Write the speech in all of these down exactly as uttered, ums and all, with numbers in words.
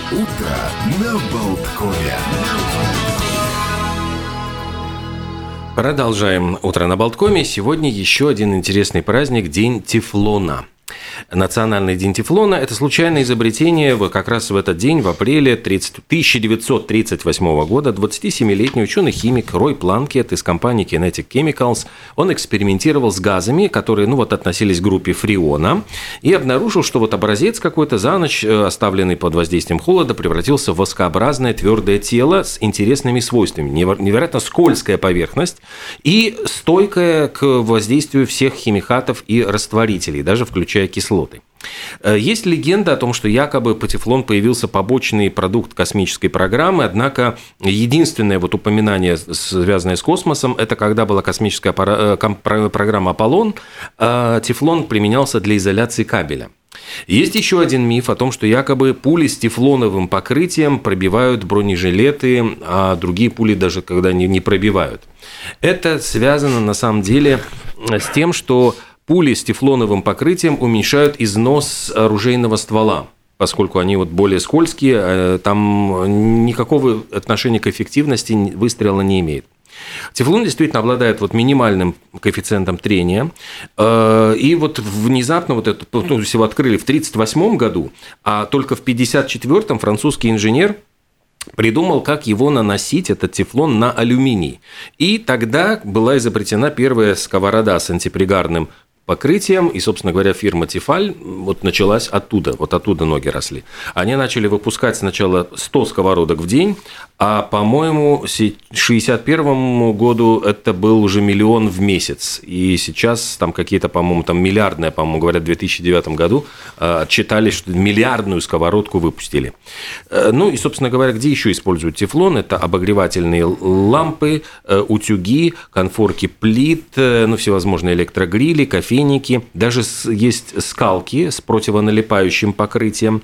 Утро на Болткове. Продолжаем «Утро на Болткоме». Сегодня еще один интересный праздник – День Тефлона. Национальный день Тефлона – это случайное изобретение как раз в этот день, в апреле тысяча девятьсот тридцать восьмого года, двадцатисемилетний ученый-химик Рой Планкетт из компании Kinetic Chemicals, он экспериментировал с газами, которые ну, вот, относились к группе фреона, и обнаружил, что вот образец какой-то за ночь, оставленный под воздействием холода, превратился в воскообразное твердое тело с интересными свойствами. Невероятно скользкая поверхность и стойкая к воздействию всех химикатов и растворителей, даже включая кислоты. Есть легенда о том, что якобы по тефлон появился побочный продукт космической программы, однако единственное вот упоминание, связанное с космосом, это когда была космическая программа «Аполлон», тефлон применялся для изоляции кабеля. Есть еще один миф о том, что якобы пули с тефлоновым покрытием пробивают бронежилеты, а другие пули даже когда не пробивают. Это связано на самом деле с тем, что пули с тефлоновым покрытием уменьшают износ оружейного ствола, поскольку они вот более скользкие, там никакого отношения к эффективности выстрела не имеет. Тефлон действительно обладает вот минимальным коэффициентом трения, и вот внезапно вот это ну, всего открыли в тридцать восьмом году, а только в пятьдесят четвёртом французский инженер придумал, как его наносить, этот тефлон, на алюминий. И тогда была изобретена первая сковорода с антипригарным покрытием, и, собственно говоря, фирма Тефаль вот началась оттуда, вот оттуда ноги росли. Они начали выпускать сначала сто сковородок в день, а, по-моему, к шестьдесят первому году это был уже миллион в месяц, и сейчас там какие-то, по-моему, там миллиардные, по-моему, говорят, в две тысячи девятом году отчитались, что миллиардную сковородку выпустили. Ну и, собственно говоря, где еще используют тефлон? Это обогревательные лампы, утюги, конфорки плит, ну, всевозможные электрогрили, кофейни. Даже есть скалки с противоналипающим покрытием,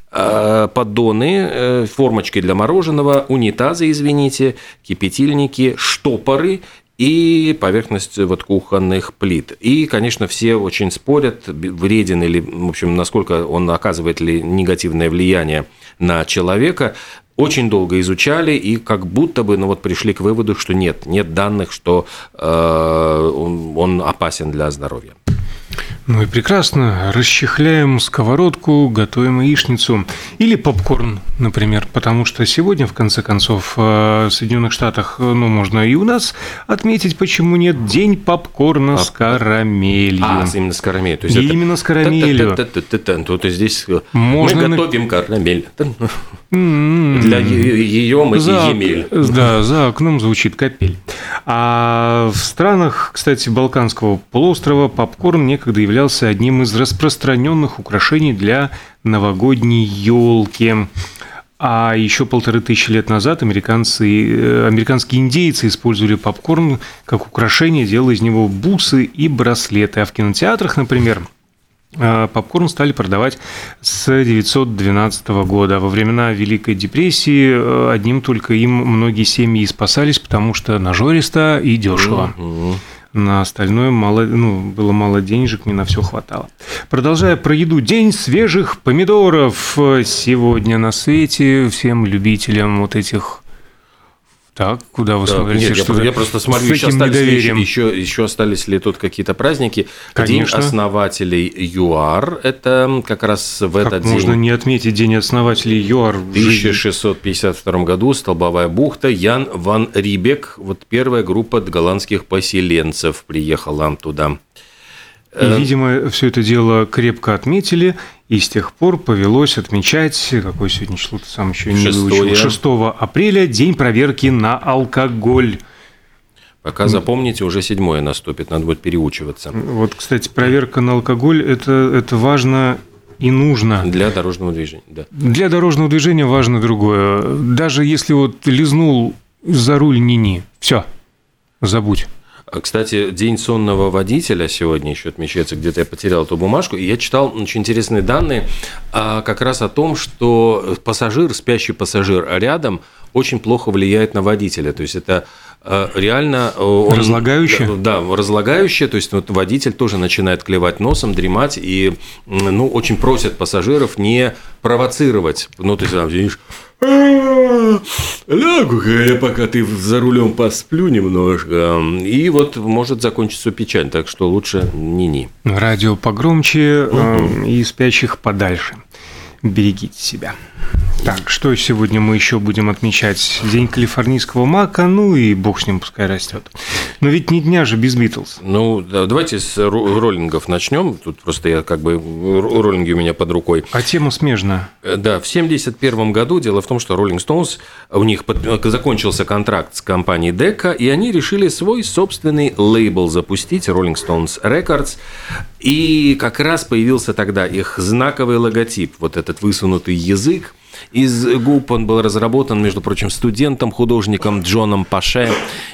поддоны, формочки для мороженого, унитазы, извините, кипятильники, штопоры и поверхность вот кухонных плит. И, конечно, все очень спорят, вреден или, в общем, насколько он оказывает ли негативное влияние на человека. Очень долго изучали и как будто бы ну, вот пришли к выводу, что нет, нет данных, что э, он, он опасен для здоровья. Ну и прекрасно. Расчехляем сковородку, готовим яичницу. Или попкорн, например. Потому что сегодня, в конце концов, в Соединенных Штатах, ну, можно и у нас отметить, почему нет, День попкорна а, с карамелью. А, именно с карамелью. То есть именно это... с карамелью. Тут здесь можно... мы готовим карамель. Для ее мы за... емель. Да, за окном звучит капель. А в странах, кстати, Балканского полуострова попкорн некогда являлся одним из распространенных украшений для новогодней елки. А еще полторы тысячи лет назад американцы, американские индейцы использовали попкорн как украшение, делая из него бусы и браслеты. А в кинотеатрах, например, попкорн стали продавать с девятьсот двенадцатого года. Во времена Великой депрессии одним только им многие семьи и спасались, потому что нажористо и дешево. Mm-hmm. На остальное мало, ну, было мало денежек, не на все хватало. Продолжая про еду. День свежих помидоров сегодня на свете. Всем любителям вот этих... Так, куда вы да, смотрите? Нет, что я, я просто смотрю, еще остались, ли, еще, еще остались ли тут какие-то праздники. Конечно. День основателей ЮАР, это как раз в как этот день... можно не отметить День основателей ЮАР? В тысяча шестьсот пятьдесят втором году Столбовая бухта, Ян ван Рибек, вот первая группа голландских поселенцев приехала туда. И, видимо, все это дело крепко отметили, и с тех пор повелось отмечать, какое сегодня число, ты сам еще не выучил, шестого апреля, день проверки на алкоголь. Пока запомните, уже седьмое наступит, надо будет переучиваться. Вот, кстати, проверка на алкоголь, это, это важно и нужно. Для дорожного движения, да. Для дорожного движения важно другое. Даже если вот лизнул за руль ни-ни, все, забудь. Кстати, День сонного водителя сегодня еще отмечается, где-то я потерял эту бумажку, и я читал очень интересные данные как раз о том, что пассажир, спящий пассажир рядом, очень плохо влияет на водителя. То есть это реально... Он, разлагающее? Да, разлагающее, то есть вот водитель тоже начинает клевать носом, дремать, и ну, очень просят пассажиров не провоцировать. Ну, ты там видишь... Лягу-ка я, пока ты за рулем посплю немножко. И вот может закончиться печаль, так что лучше ни-ни. Радио погромче угу. и спящих подальше. Берегите себя. Так, что сегодня мы еще будем отмечать? День калифорнийского мака, ну и бог с ним, пускай растет. Но ведь не дня же без Битлз. Ну, давайте с роллингов начнем. Тут просто я как бы роллинги у меня под рукой. А тема смежная. Да, в семьдесят первом году дело в том, что Rolling Stones, у них закончился контракт с компанией Decca, и они решили свой собственный лейбл запустить, Rolling Stones Records. И как раз появился тогда их знаковый логотип, вот этот высунутый язык. Из губ он был разработан, между прочим, студентом-художником Джоном Паше.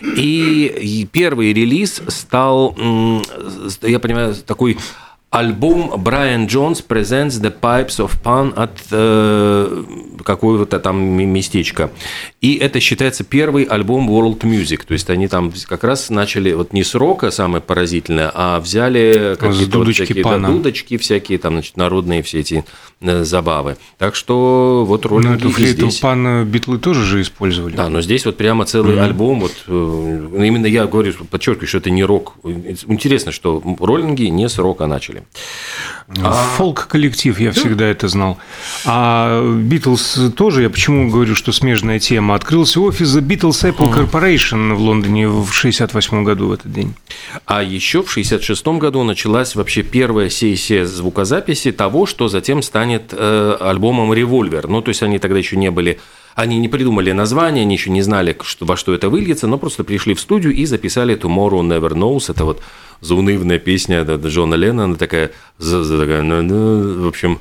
И первый релиз стал, я понимаю, такой альбом Brian Jones Presents the Pipes of Pan от э, какого-то там местечка. И это считается первый альбом World Music. То есть они там как раз начали вот не с рока, самое поразительное, а взяли какие-то вот всякие да, дудочки, всякие там, значит, народные все эти забавы. Так что вот роллинги эту флейту здесь... Пана Битлы тоже же использовали. Да, но здесь вот прямо целый mm-hmm. альбом. Вот, именно я говорю, подчеркиваю, что это не рок. Интересно, что роллинги не с рока начали. Фолк-коллектив, я да. всегда это знал. А Битлз тоже, я почему говорю, что смежная тема. Открылся офис The Beatles Apple Corporation в Лондоне в шестьдесят восьмом году в этот день. А еще в шестьдесят шестом году началась вообще первая сессия звукозаписи того, что затем станет э, альбомом «Револьвер». Ну, то есть они тогда еще не были... Они не придумали название, они еще не знали, что, во что это выльется, но просто пришли в студию и записали «Tomorrow Never Knows». Это вот заунывная песня Джона Леннона, такая, такая в общем...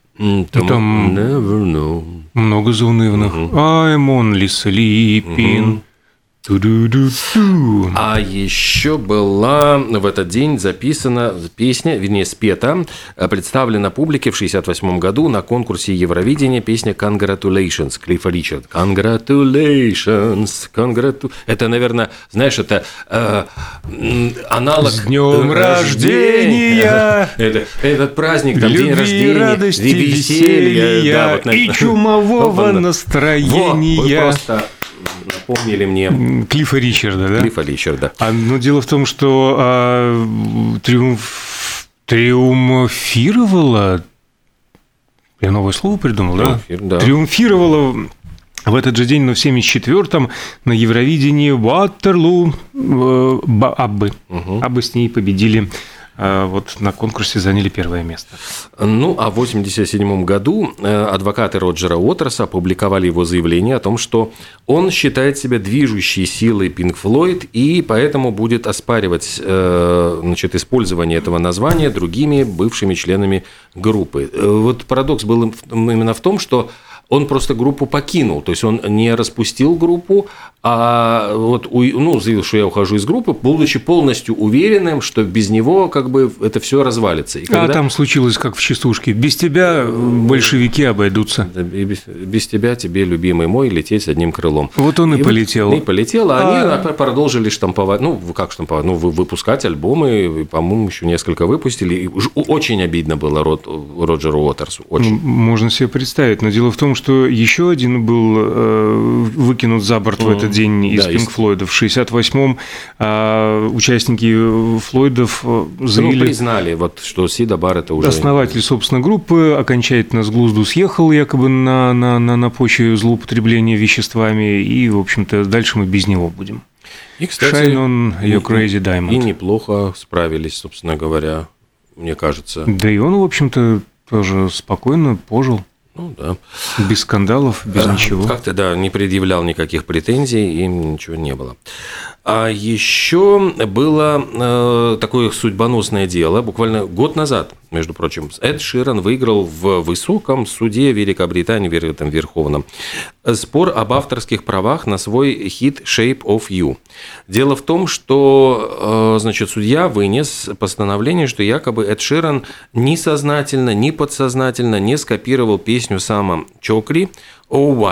Там never know. Много заунывных. Uh-huh. I'm only sleeping. Uh-huh. А еще была в этот день записана песня, вернее, спета, представлена публике в шестьдесят восьмом году на конкурсе Евровидения песня «Congratulations» Клиффа Ричарда. Congratulations, congratu... Это, наверное, знаешь, это э, аналог... С днем рождения! Это, этот праздник, там, любви, день рождения, радости, веселья, веселья да, вот, и чумового настроения. Вы просто... напомнили мне Клиффа Ричарда, да? Клиффа Ричарда. А, ну, дело в том, что а, триумф... триумфировала... Я новое слово придумал, Триумфир, да? да? Триумфировала в этот же день, но в семьдесят четвёртом на Евровидении Waterloo э, Аббы. Угу. Аббы с ней победили. Вот на конкурсе заняли первое место. Ну, а в восемьдесят седьмом году адвокаты Роджера Уотерса опубликовали его заявление о том, что он считает себя движущей силой Pink Floyd и поэтому будет оспаривать, значит, использование этого названия другими бывшими членами группы. Вот парадокс был именно в том, что он просто группу покинул, то есть он не распустил группу, а вот, ну, заявил, что я ухожу из группы, будучи полностью уверенным, что без него как бы это все развалится. И когда... А там случилось как в частушке: без тебя большевики обойдутся. Без, без тебя, тебе, любимый мой, лететь с одним крылом. Вот он и, и полетел. Вот, и полетел, а, а они продолжили штамповать, ну, как штамповать, ну, выпускать альбомы, по-моему, еще несколько выпустили. И очень обидно было Роджеру Уотерсу. Очень. Можно себе представить, но дело в том, что еще один был э, выкинут за борт mm. в этот день из да, Pink Floyd. В шестьдесят восьмом э, участники Флойдов заявили... Ну, признали, вот, что Сида Барретта уже... Основатель, собственно, группы окончательно с глузду съехал якобы на, на, на, на почве злоупотребления веществами, и, в общем-то, дальше мы без него будем. И, кстати, Shine on your crazy diamond. И неплохо справились, собственно говоря, мне кажется. Да и он, в общем-то, тоже спокойно пожил. Ну, да. Без скандалов, без да, ничего. Как-то, да, не предъявлял никаких претензий, им ничего не было. А еще было э, такое судьбоносное дело, буквально год назад, между прочим. Эд Ширан выиграл в высоком суде Великобритании, в этом Верховном, спор об авторских правах на свой хит «Shape of You». Дело в том, что э, значит, судья вынес постановление, что якобы Эд Ширан ни сознательно, ни подсознательно не скопировал песню Сама Чокри «Oh Why».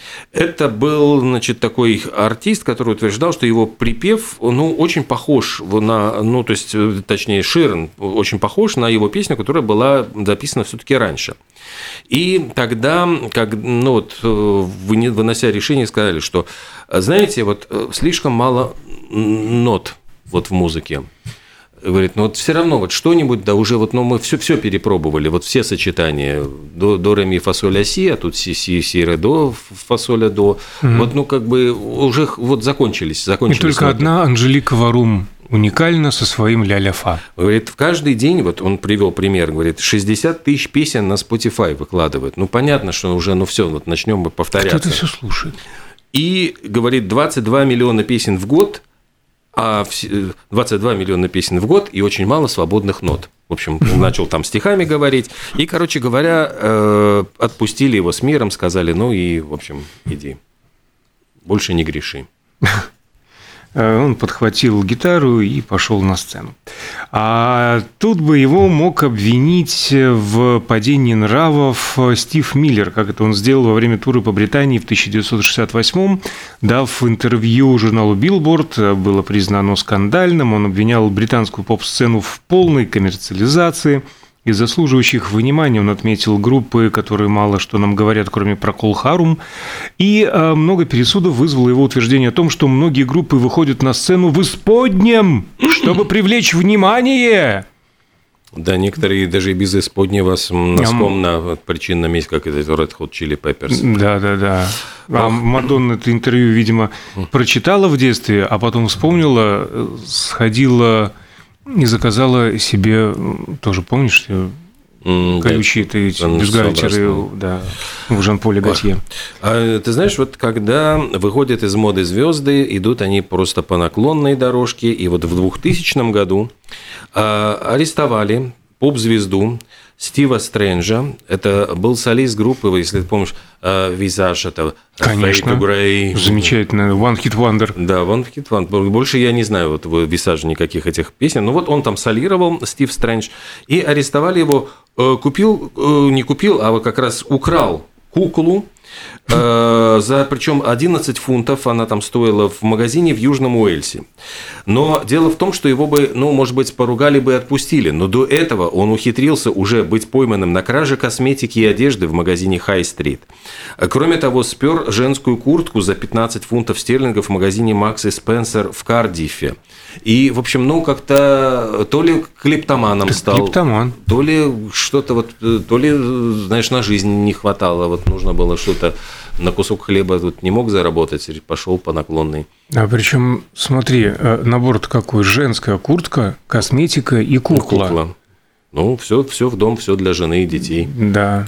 Это был, значит, такой артист, который утверждал, что его припев, ну, очень похож на, ну, то есть, точнее, Ширен очень похож на его песню, которая была записана все-таки раньше. И тогда, как, ну, вот, вынося решение, сказали, что, знаете, вот слишком мало нот вот в музыке. Говорит, ну вот все равно вот что-нибудь, да уже вот, ну мы все, все перепробовали, вот все сочетания до, до ре ми фа соль ля си, а тут си си си ре до фа соль ля до, mm-hmm. вот ну как бы уже вот закончились, закончились. И только ноты. Одна Анжелика Варум уникальна со своим ля-ля-фа. Говорит, в каждый день, вот он привел пример, говорит, шестьдесят тысяч песен на Spotify выкладывают. Ну понятно, что уже, ну все, вот начнем мы повторяться. Кто это все слушает? И говорит, двадцать два миллиона песен в год. А двадцать два миллиона песен в год и очень мало свободных нот. В общем, начал там стихами говорить. И, короче говоря, отпустили его с миром, сказали, ну и, в общем, иди, больше не греши. Он подхватил гитару и пошел на сцену. А тут бы его мог обвинить в падении нравов Стив Миллер, как это он сделал во время тура по Британии в тысяча девятьсот шестьдесят восьмом. Дав интервью журналу Billboard, было признано скандальным. Он обвинял британскую поп-сцену в полной коммерциализации. Из заслуживающих внимания он отметил группы, которые мало что нам говорят, кроме Procol Harum. И э, много пересудов вызвало его утверждение о том, что многие группы выходят на сцену в исподнем, чтобы привлечь внимание. Да, некоторые даже и без исподнего с носком на причинном месте, как это Red Hot Chili Peppers. Да, да, да. А Мадонна это интервью, видимо, прочитала в детстве, а потом вспомнила, сходила... И заказала себе, тоже помнишь, колючие эти бюстгальтеры, да, в Жан-Поле Готье. А, ты знаешь, вот когда выходят из моды звезды, идут они просто по наклонной дорожке, и вот в двухтысячном году арестовали поп-звезду Стива Стрэнджа. Это был солист группы, если ты помнишь, Visage, это Конечно. Fade to Grey. Замечательно. One Hit Wonder. Да, One Hit Wonder. Больше я не знаю вот в Visage никаких этих песен. Ну вот он там солировал, Стив Стрэндж, и арестовали его. Купил, не купил, а вот как раз украл куклу. За, причем одиннадцать фунтов она там стоила в магазине в Южном Уэльсе. Но дело в том, что его бы, ну, может быть, поругали бы и отпустили. Но до этого он ухитрился уже быть пойманным на краже косметики и одежды в магазине Хай-стрит. Кроме того, спер женскую куртку за пятнадцать фунтов стерлингов в магазине Маркс и Спенсер в Кардиффе. И, в общем, ну, как-то то ли клептоманом так стал, клептоман. То ли что-то вот, то ли, знаешь, на жизнь не хватало, вот нужно было что-то на кусок хлеба тут не мог заработать, пошел по наклонной. А причем, смотри, набор-то какой: женская куртка, косметика и кукла. Кукла. Ну, все, все в дом, все для жены и детей. Да.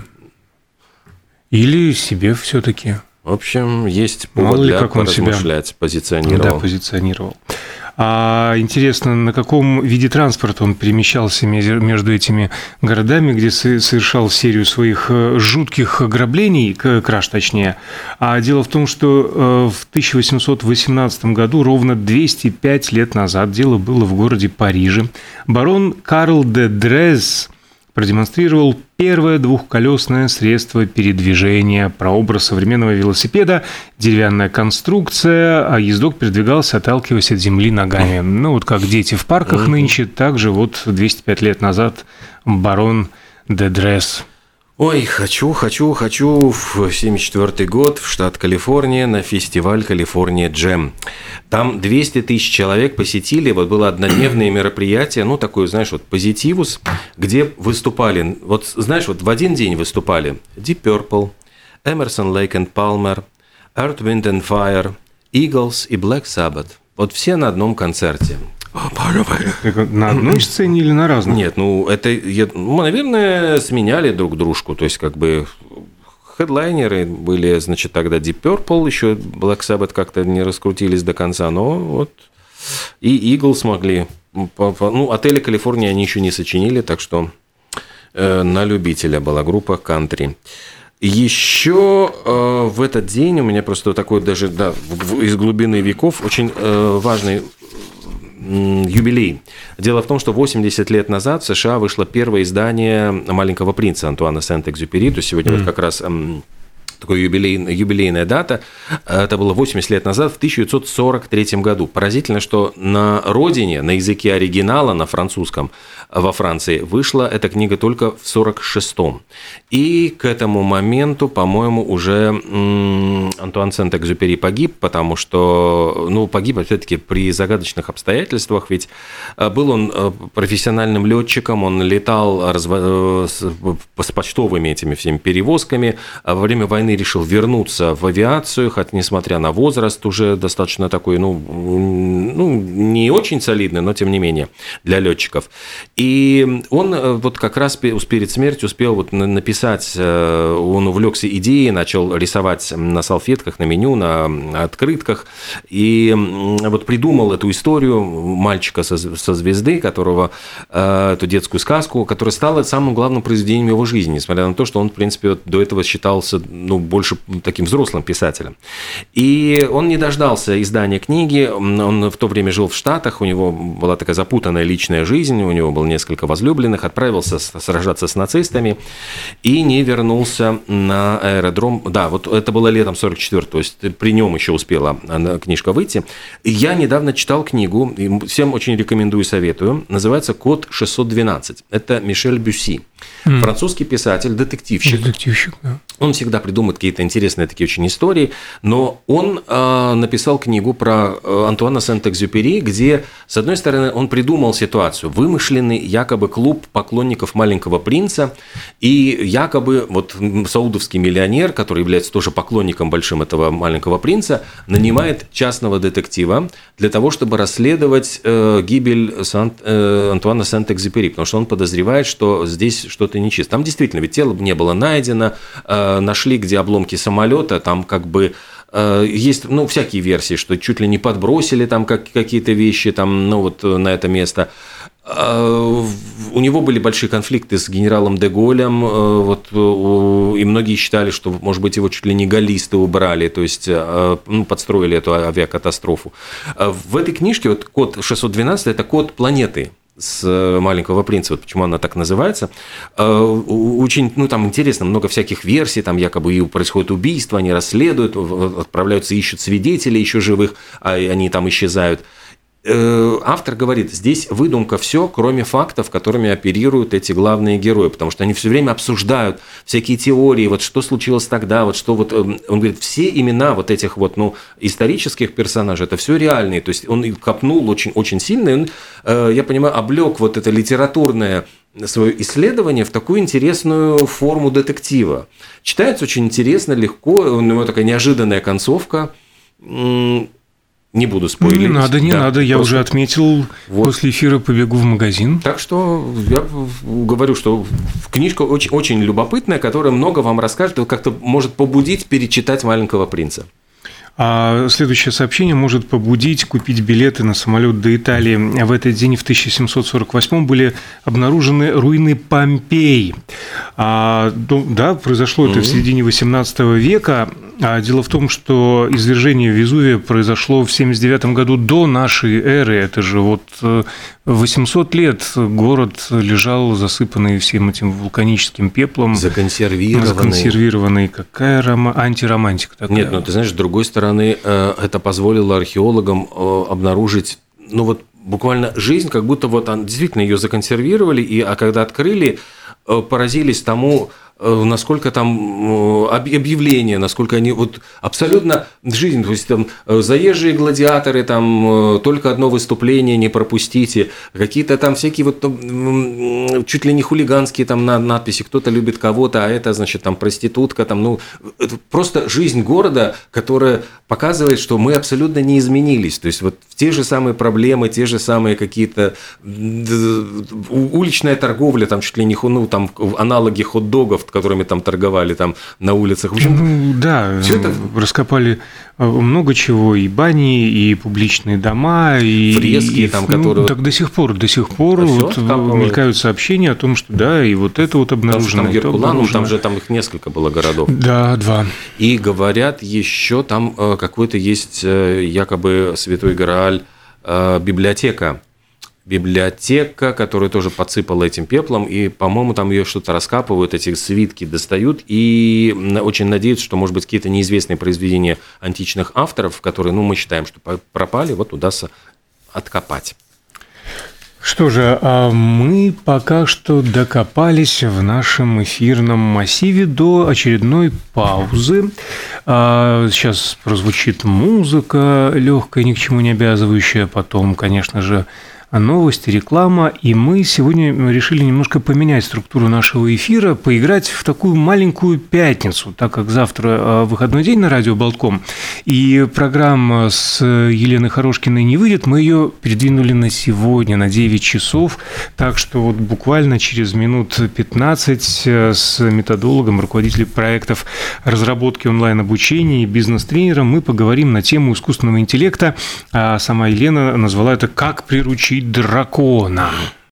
Или себе все-таки. В общем, есть повод для поразмышлять, позиционировал. Да, позиционировал. А интересно, на каком виде транспорта он перемещался между этими городами, где совершал серию своих жутких ограблений, краж точнее. А дело в том, что в тысяча восемьсот восемнадцатом году, ровно двести пять лет назад, дело было в городе Париже, барон Карл де Дрез продемонстрировал первое двухколесное средство передвижения, прообраз современного велосипеда, деревянная конструкция, а ездок передвигался, отталкиваясь от земли ногами. Ну, вот как дети в парках нынче, так же вот двести пять лет назад барон де Дрез. Ой, хочу, хочу, хочу в семьдесят четвёртый год в штат Калифорния на фестиваль «Калифорния Джем». Там двести тысяч человек посетили, вот было однодневное мероприятие, ну, такое, знаешь, вот позитивус, где выступали, вот, знаешь, вот в один день выступали Deep Purple, Emerson, Lake and Palmer, Earth, Wind and Fire, Eagles и Black Sabbath. Вот все на одном концерте. На одной сцене или на разных? Нет, ну, это, ну, наверное, сменяли друг дружку, то есть, как бы, хедлайнеры были, значит, тогда Deep Purple, еще Black Sabbath как-то не раскрутились до конца, но вот и Eagles смогли. Ну, «Отели Калифорния» они еще не сочинили, так что э, на любителя была группа «Кантри». Еще э, в этот день у меня просто такой даже, да, из глубины веков очень э, важный юбилей. Дело в том, что восемьдесят лет назад в США вышло первое издание «Маленького принца» Антуана Сент-Экзюпери. То есть сегодня mm. вот как раз такая юбилейная, юбилейная дата. Это было восемьдесят лет назад, в тысяча девятьсот сорок третьем году. Поразительно, что на родине, на языке оригинала, на французском, во Франции, вышла эта книга только в сорок шестом. И к этому моменту, по-моему, уже Антуан Сент-Экзюпери погиб, потому что, ну, погиб, опять-таки, при загадочных обстоятельствах, ведь был он профессиональным летчиком, он летал с почтовыми этими всеми перевозками, а во время войны решил вернуться в авиацию, хотя, несмотря на возраст, уже достаточно такой, ну, ну, не очень солидный, но тем не менее, для летчиков. И он вот как раз перед смертью успел вот написать, он увлекся идеей, начал рисовать на салфетках, на меню, на открытках, и вот придумал эту историю мальчика со, со звезды, которого, эту детскую сказку, которая стала самым главным произведением его жизни, несмотря на то, что он, в принципе, вот до этого считался, ну, больше таким взрослым писателем. И он не дождался издания книги, он в то время жил в Штатах, у него была такая запутанная личная жизнь, у него было несколько возлюбленных, отправился сражаться с нацистами и не вернулся на аэродром. Да, вот это было летом сорок четвёртого, то есть при нем еще успела книжка выйти. Я недавно читал книгу, всем очень рекомендую, советую, называется «Код шестьсот двенадцать». Это Мишель Бюсси. Mm. Французский писатель, детективщик. Детективщик, да. Он всегда придумывает какие-то интересные такие очень истории, но он э, написал книгу про Антуана Сент-Экзюпери, где, с одной стороны, он придумал ситуацию, вымышленный якобы клуб поклонников «Маленького принца», и якобы вот саудовский миллионер, который является тоже поклонником большим этого «Маленького принца», нанимает частного детектива для того, чтобы расследовать э, гибель Сан, э, Антуана Сент-Экзюпери, потому что он подозревает, что здесь что-то нечисто. Там действительно ведь тело не было найдено, э, нашли где обломки самолета, там как бы э, есть, ну, всякие версии, что чуть ли не подбросили там как, какие-то вещи там, ну, вот на это место. Э, у него были большие конфликты с генералом де Голлем, э, вот, э, и многие считали, что, может быть, его чуть ли не галлисты убрали, то есть э, ну, подстроили эту авиакатастрофу. В этой книжке вот код шестьсот двенадцать – это код планеты с «Маленького принца», вот почему она так называется. Очень, ну, там интересно, много всяких версий, там якобы происходит убийство, они расследуют, отправляются, ищут свидетелей еще живых, а они там исчезают. Автор говорит, здесь выдумка все, кроме фактов, которыми оперируют эти главные герои, потому что они все время обсуждают всякие теории, вот что случилось тогда, вот что вот, он говорит, все имена вот этих вот, ну, исторических персонажей, это все реальные, то есть он копнул очень, очень сильно, и он, я понимаю, облег вот это литературное свое исследование в такую интересную форму детектива. Читается очень интересно, легко, у него такая неожиданная концовка. Не буду спойлерить. Не надо, не да, надо, я просто... уже отметил, вот. После эфира побегу в магазин. Так что я говорю, что книжка очень, очень любопытная, которая много вам расскажет и как-то может побудить перечитать «Маленького принца». А следующее сообщение может побудить купить билеты на самолет до Италии. В этот день, в тысяча семьсот сорок восьмом, были обнаружены руины Помпей. А, ну, да, произошло это mm-hmm. в середине восемнадцатого века. А дело в том, что извержение Везувия произошло в семьдесят девятом году до нашей эры. Это же вот восемьсот лет город лежал засыпанный всем этим вулканическим пеплом. Законсервированный. Законсервированный. Какая рома... антиромантика такая. Нет, ну ты знаешь, с другой стороны, это позволило археологам обнаружить, ну вот буквально жизнь, как будто вот действительно ее законсервировали, и, а когда открыли, поразились тому, насколько там объявления, насколько они вот абсолютно жизнь, то есть там заезжие гладиаторы, там только одно выступление, не пропустите, какие-то там всякие вот там, чуть ли не хулиганские там надписи, кто-то любит кого-то, а это значит там проститутка, там, ну просто жизнь города, которая показывает, что мы абсолютно не изменились, то есть вот те же самые проблемы, те же самые какие-то уличная торговля, там чуть ли не ну, там аналоги хот-догов, которыми там торговали там на улицах. В общем, ну, да, это... раскопали много чего, и бани, и публичные дома, и фрески, и, там, ну, которые... Так до сих пор, до сих пор а вот мелькают сообщения о том, что да, и вот это вот обнаружено. Там, Геркуланум, там же там их несколько было городов. Да, два. И говорят, еще там какой-то есть якобы Святой Грааль библиотека. библиотека, которая тоже подсыпала этим пеплом, и, по-моему, там ее что-то раскапывают, эти свитки достают, и очень надеются, что, может быть, какие-то неизвестные произведения античных авторов, которые, ну, мы считаем, что пропали, вот удастся откопать. Что же, мы пока что докопались в нашем эфирном массиве до очередной паузы. Сейчас прозвучит музыка легкая, ни к чему не обязывающая, потом, конечно же, новости, реклама, и мы сегодня решили немножко поменять структуру нашего эфира, поиграть в такую маленькую пятницу, так как завтра выходной день на радио Болтком, и программа с Еленой Хорошкиной не выйдет, мы ее передвинули на сегодня, на девять часов, так что вот буквально через минут пятнадцать с методологом, руководителем проектов разработки онлайн-обучения и бизнес-тренером мы поговорим на тему искусственного интеллекта, а сама Елена назвала это «Как приручить дракона».